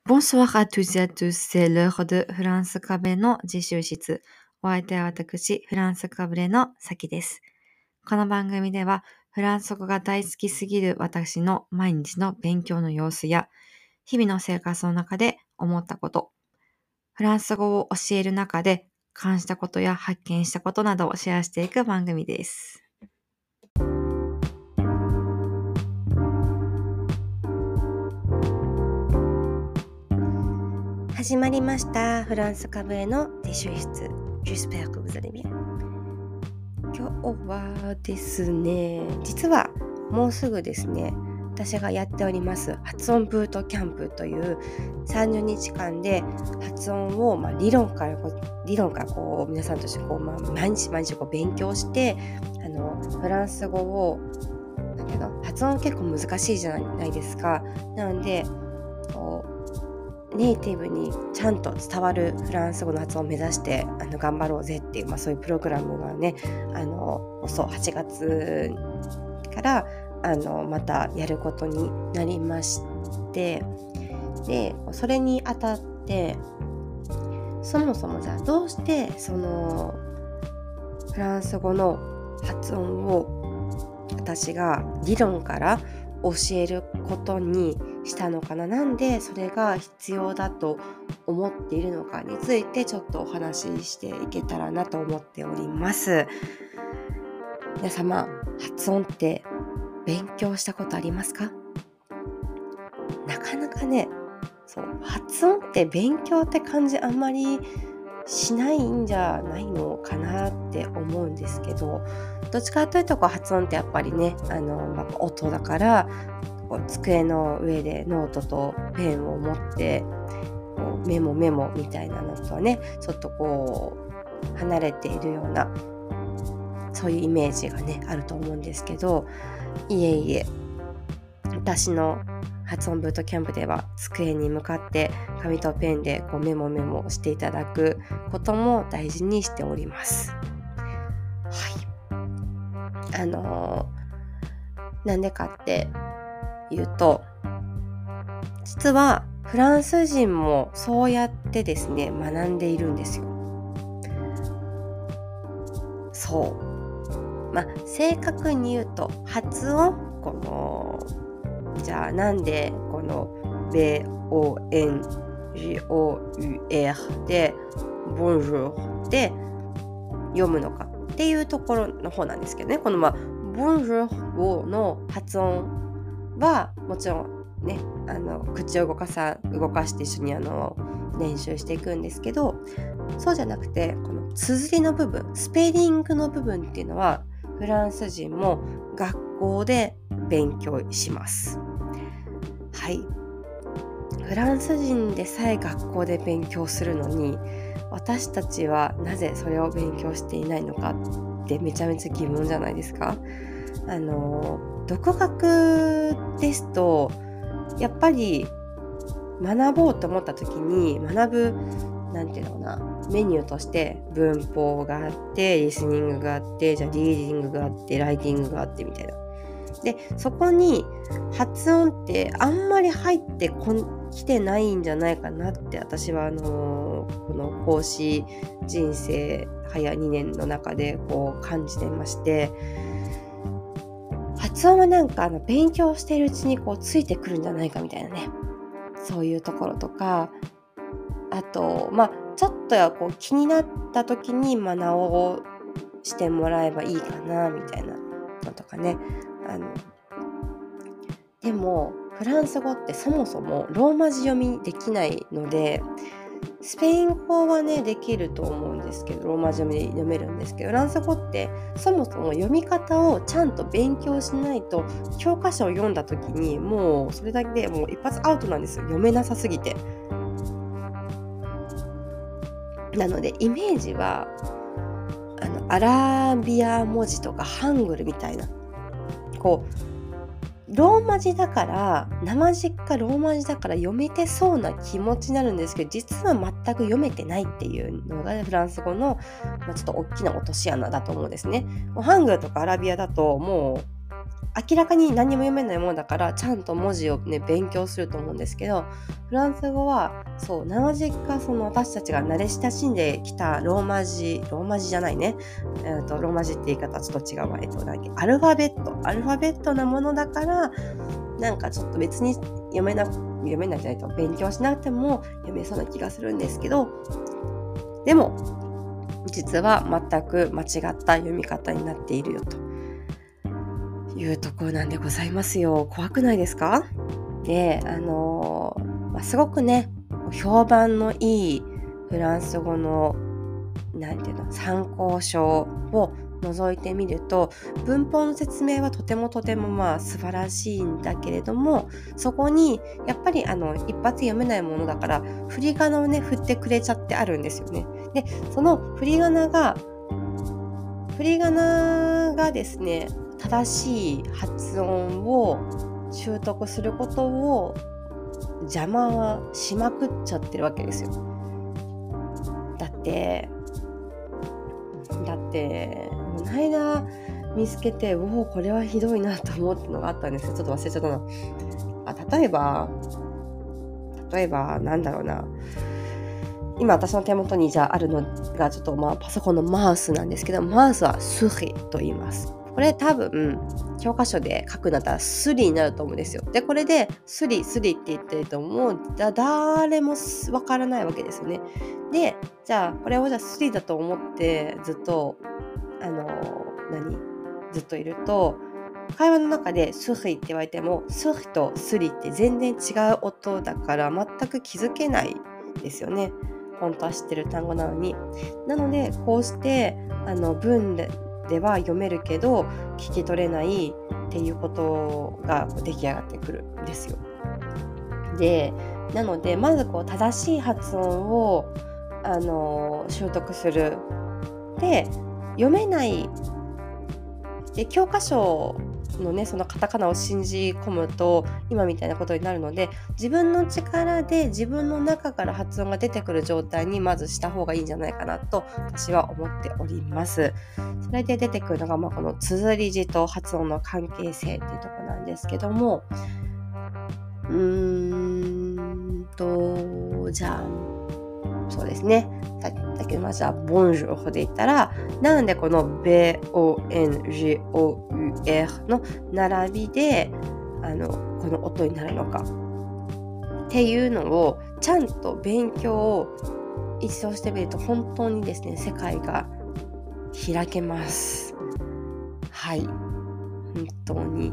Bonsoir à tous et à tous, c'est l'heure de フランスかぶれの自習室。お相手は私、フランスかぶれのさきです。この番組では、フランス語が大好きすぎる私の毎日の勉強の様子や、日々の生活の中で思ったこと、フランス語を教える中で感じたことや発見したことなどをシェアしていく番組です。始まりました。フランスかぶれの自習室。J'espère que vous allez bien。今日はですね、実はもうすぐですね、私がやっております発音ブートキャンプという30日間で発音を、理論からこう皆さんとしてこう、毎日勉強して、フランス語を発音結構難しいじゃないですか。なのでネイティブにちゃんと伝わるフランス語の発音を目指して頑張ろうぜっていう、そういうプログラムがね8月からまたやることになりまして、でそれにあたってそもそもじゃあどうしてそのフランス語の発音を私が理論から教えることにしたのかな、なんでそれが必要だと思っているのかについてちょっとお話ししていけたらなと思っております。皆様、発音って勉強したことありますか？なかなかね、発音って勉強って感じあんまりしないんじゃないのかなって思うんですけど、どっちかというと発音ってやっぱりね、音だから机の上でノートとペンを持ってメモみたいなのとはね、ちょっと離れているようなそういうイメージがねあると思うんですけど、いえ私の発音ブートキャンプでは机に向かって紙とペンでメモしていただくことも大事にしております。はい。なんでかっていうと、実はフランス人もそうやってですね学んでいるんですよ。正確に言うと発音じゃあなんでこの B-O-N-G-O-U-R で Bonjour で読むのかっていうところの方なんですけどね、このBonjour の発音はもちろんね口を動かして一緒に練習していくんですけど、そうじゃなくてこの綴りの部分、スペリングの部分っていうのはフランス人も学校で勉強します。はい。フランス人でさえ学校で勉強するのに、私たちはなぜそれを勉強していないのかってめちゃめちゃ疑問じゃないですか。独学ですとやっぱり学ぼうと思った時に学ぶメニューとして文法があってリスニングがあって、じゃあリーディングがあってライティングがあってみたいな。でそこに発音ってあんまり入ってきてないんじゃないかなって私はこの講師人生早2年の中で感じてまして、発音は勉強しているうちについてくるんじゃないかみたいなね、そういうところとか、あとちょっと気になった時に直してもらえばいいかなみたいなのとかね。でもフランス語ってそもそもローマ字読みできないので、スペイン語はねできると思うんですけど、ローマ字読みで読めるんですけど、フランス語ってそもそも読み方をちゃんと勉強しないと、教科書を読んだ時にもうそれだけでもう一発アウトなんですよ、読めなさすぎて。なのでイメージはアラビア文字とかハングルみたいなローマ字だから生字かローマ字だから読めてそうな気持ちになるんですけど、実は全く読めてないっていうのがフランス語の、ちょっと大きな落とし穴だと思うんですね。ハングルとかアラビアだとも明らかに何にも読めないものだからちゃんと文字をね勉強すると思うんですけど、フランス語はそうなぜかその私たちが慣れ親しんできたローマ字じゃないね、ローマ字って言い方はちょっと違うわ、アルファベットなものだからなんかちょっと別に読めないじゃないと勉強しなくても読めそうな気がするんですけど、でも実は全く間違った読み方になっているよというところなんでございますよ。怖くないですか？で、すごくね評判のいいフランス語の参考書を覗いてみると、文法の説明はとても素晴らしいんだけれども、そこにやっぱり一発読めないものだから振り仮名をね振ってくれちゃってあるんですよね。でその振り仮名がですね正しい発音を習得することを邪魔しまくっちゃってるわけですよ。だってこの間見つけてこれはひどいなと思ったのがあったんですけど、ちょっと忘れちゃったな。例えばなんだろうな、今私の手元にあるのがちょっとパソコンのマウスなんですけど、マウスはスリと言います。これ多分教科書で書くんだったらスリになると思うんですよ。でこれでスリって言ってるともう誰もわからないわけですよね。でじゃあこれをスリだと思ってずっとずっといると、会話の中でスリって言われてもスリとスリって全然違う音だから全く気づけないですよね。本当は知ってる単語なのに。なのでこうして文では読めるけど聞き取れないっていうことが出来上がってくるんですよ。でなのでまず正しい発音を習得する。で読めないで教科書のねそのカタカナを信じ込むと今みたいなことになるので、自分の力で自分の中から発音が出てくる状態にまずした方がいいんじゃないかなと私は思っております。それで出てくるのがこの綴り字と発音の関係性っていうところなんですけども、じゃあそうですね、さっきのじゃあボンジュールで言ったら、なんでこの BONJOUR の並びでこの音になるのかっていうのをちゃんと勉強を一度してみると本当にですね世界が開けます。はい、本当に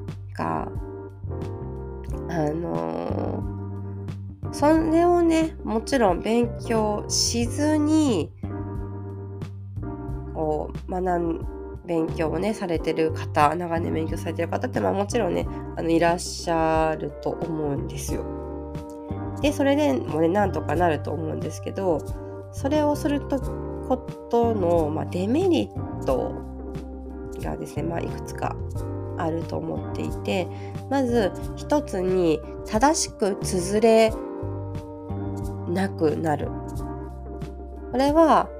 それをねもちろん勉強しずに勉強をねされてる方、長年勉強されてる方ってもちろんねいらっしゃると思うんですよ。でそれでもねなんとかなると思うんですけど、それをすることの、デメリットがですねいくつかあると思っていて、まず一つに正しく綴れなくなる。これは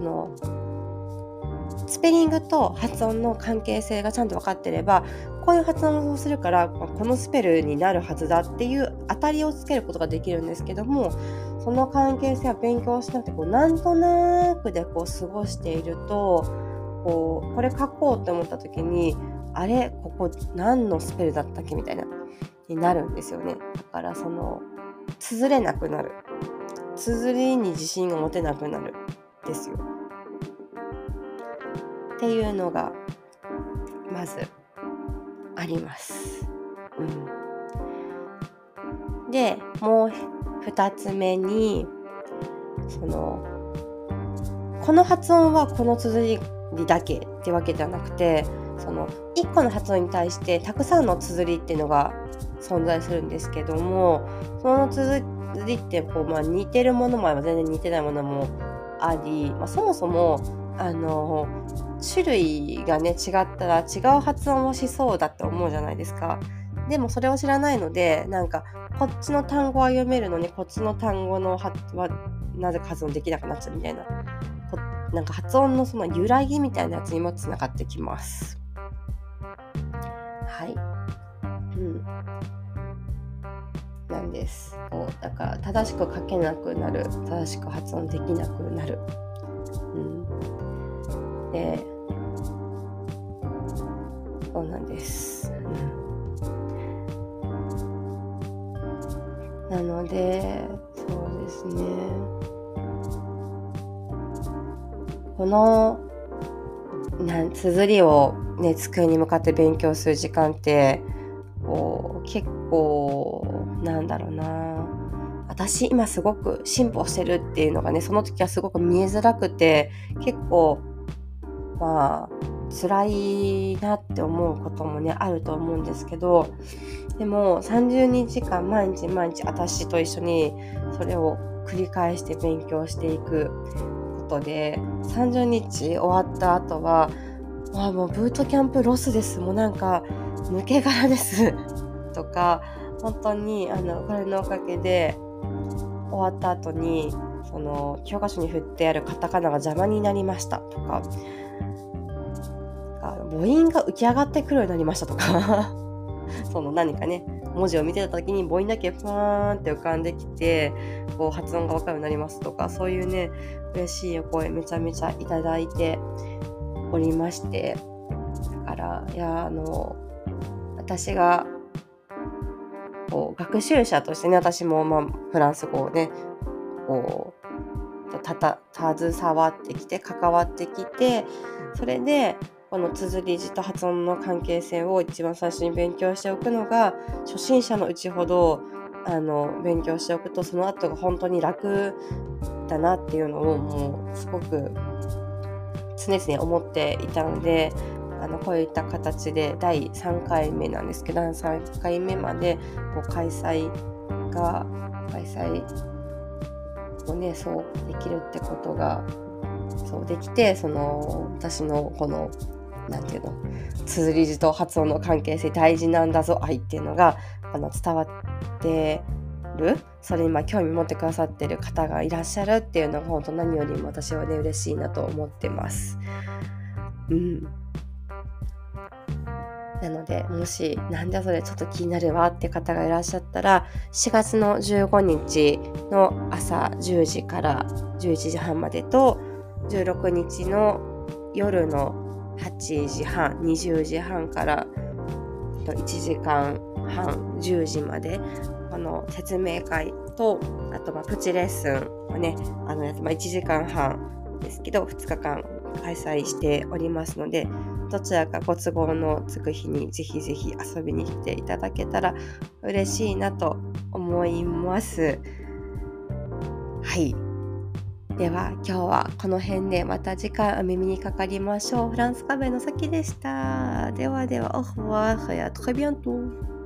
スペリングと発音の関係性がちゃんと分かってれば、こういう発音をするからこのスペルになるはずだっていう当たりをつけることができるんですけども、その関係性は勉強しなくてなんとなくで過ごしているとこれ書こうって思った時にあれここ何のスペルだったっけみたいなになるんですよね。だから綴れなくなる、綴りに自信が持てなくなるですよっていうのがまずあります。でもう2つ目にこの発音はこの綴りだけってわけではなくて、1個の発音に対してたくさんの綴りっていうのが存在するんですけども、その綴りって似てるものもあれば全然似てないものもあり、そもそも種類がね違ったら違う発音をしそうだって思うじゃないですか。でもそれを知らないのでこっちの単語は読めるのにこっちの単語のはなぜか発音できなくなっちゃうみたいな発音のその揺らぎみたいなやつにもつながってきます。 はい。なんです。だから正しく書けなくなる、正しく発音できなくなる。で、そうなんです。なので、そうですね。この綴りをね、机に向かって勉強する時間って結構私今すごく進歩してるっていうのがね、その時はすごく見えづらくて、結構辛いなって思うこともねあると思うんですけど、でも30日間毎日私と一緒にそれを繰り返して勉強していくことで、30日終わった後はもうブートキャンプロスです。もう抜け殻ですとか、本当にこれのおかげで終わった後にその教科書に振ってあるカタカナが邪魔になりましたとか、母音が浮き上がってくるようになりましたとかその何かね、文字を見てた時に母音だけふわーんって浮かんできて、発音が分かるようになりますとか、そういうね嬉しいお声めちゃめちゃいただいておりまして、だから私が学習者としてね、私もフランス語をね携わってきて、関わってきて、それでこの綴り字と発音の関係性を一番最初に勉強しておくのが、初心者のうちほど勉強しておくとその後が本当に楽だなっていうのをもうすごく常々思っていたので、こういった形で第3回目なんですけど、3回目まで開催をね、そうできるってことがそうできて、私のこの綴り字と発音の関係性大事なんだぞ愛っていうのが伝わってる、それに興味持ってくださってる方がいらっしゃるっていうのが本当何よりも私はね嬉しいなと思ってます。なので、もしなんだそれちょっと気になるわって方がいらっしゃったら、4月の15日の朝10時から11時半までと、16日の夜の8時半、20時半から1時間半、10時までこの説明会と、あとプチレッスンをね1時間半ですけど2日間開催しておりますので、どちらかご都合のつく日にぜひぜひ遊びに来ていただけたら嬉しいなと思います。はい。では今日はこの辺で、また次回お耳にかかりましょう。フランスカフェのさきでした。ではでは、au revoir et à très bientôt。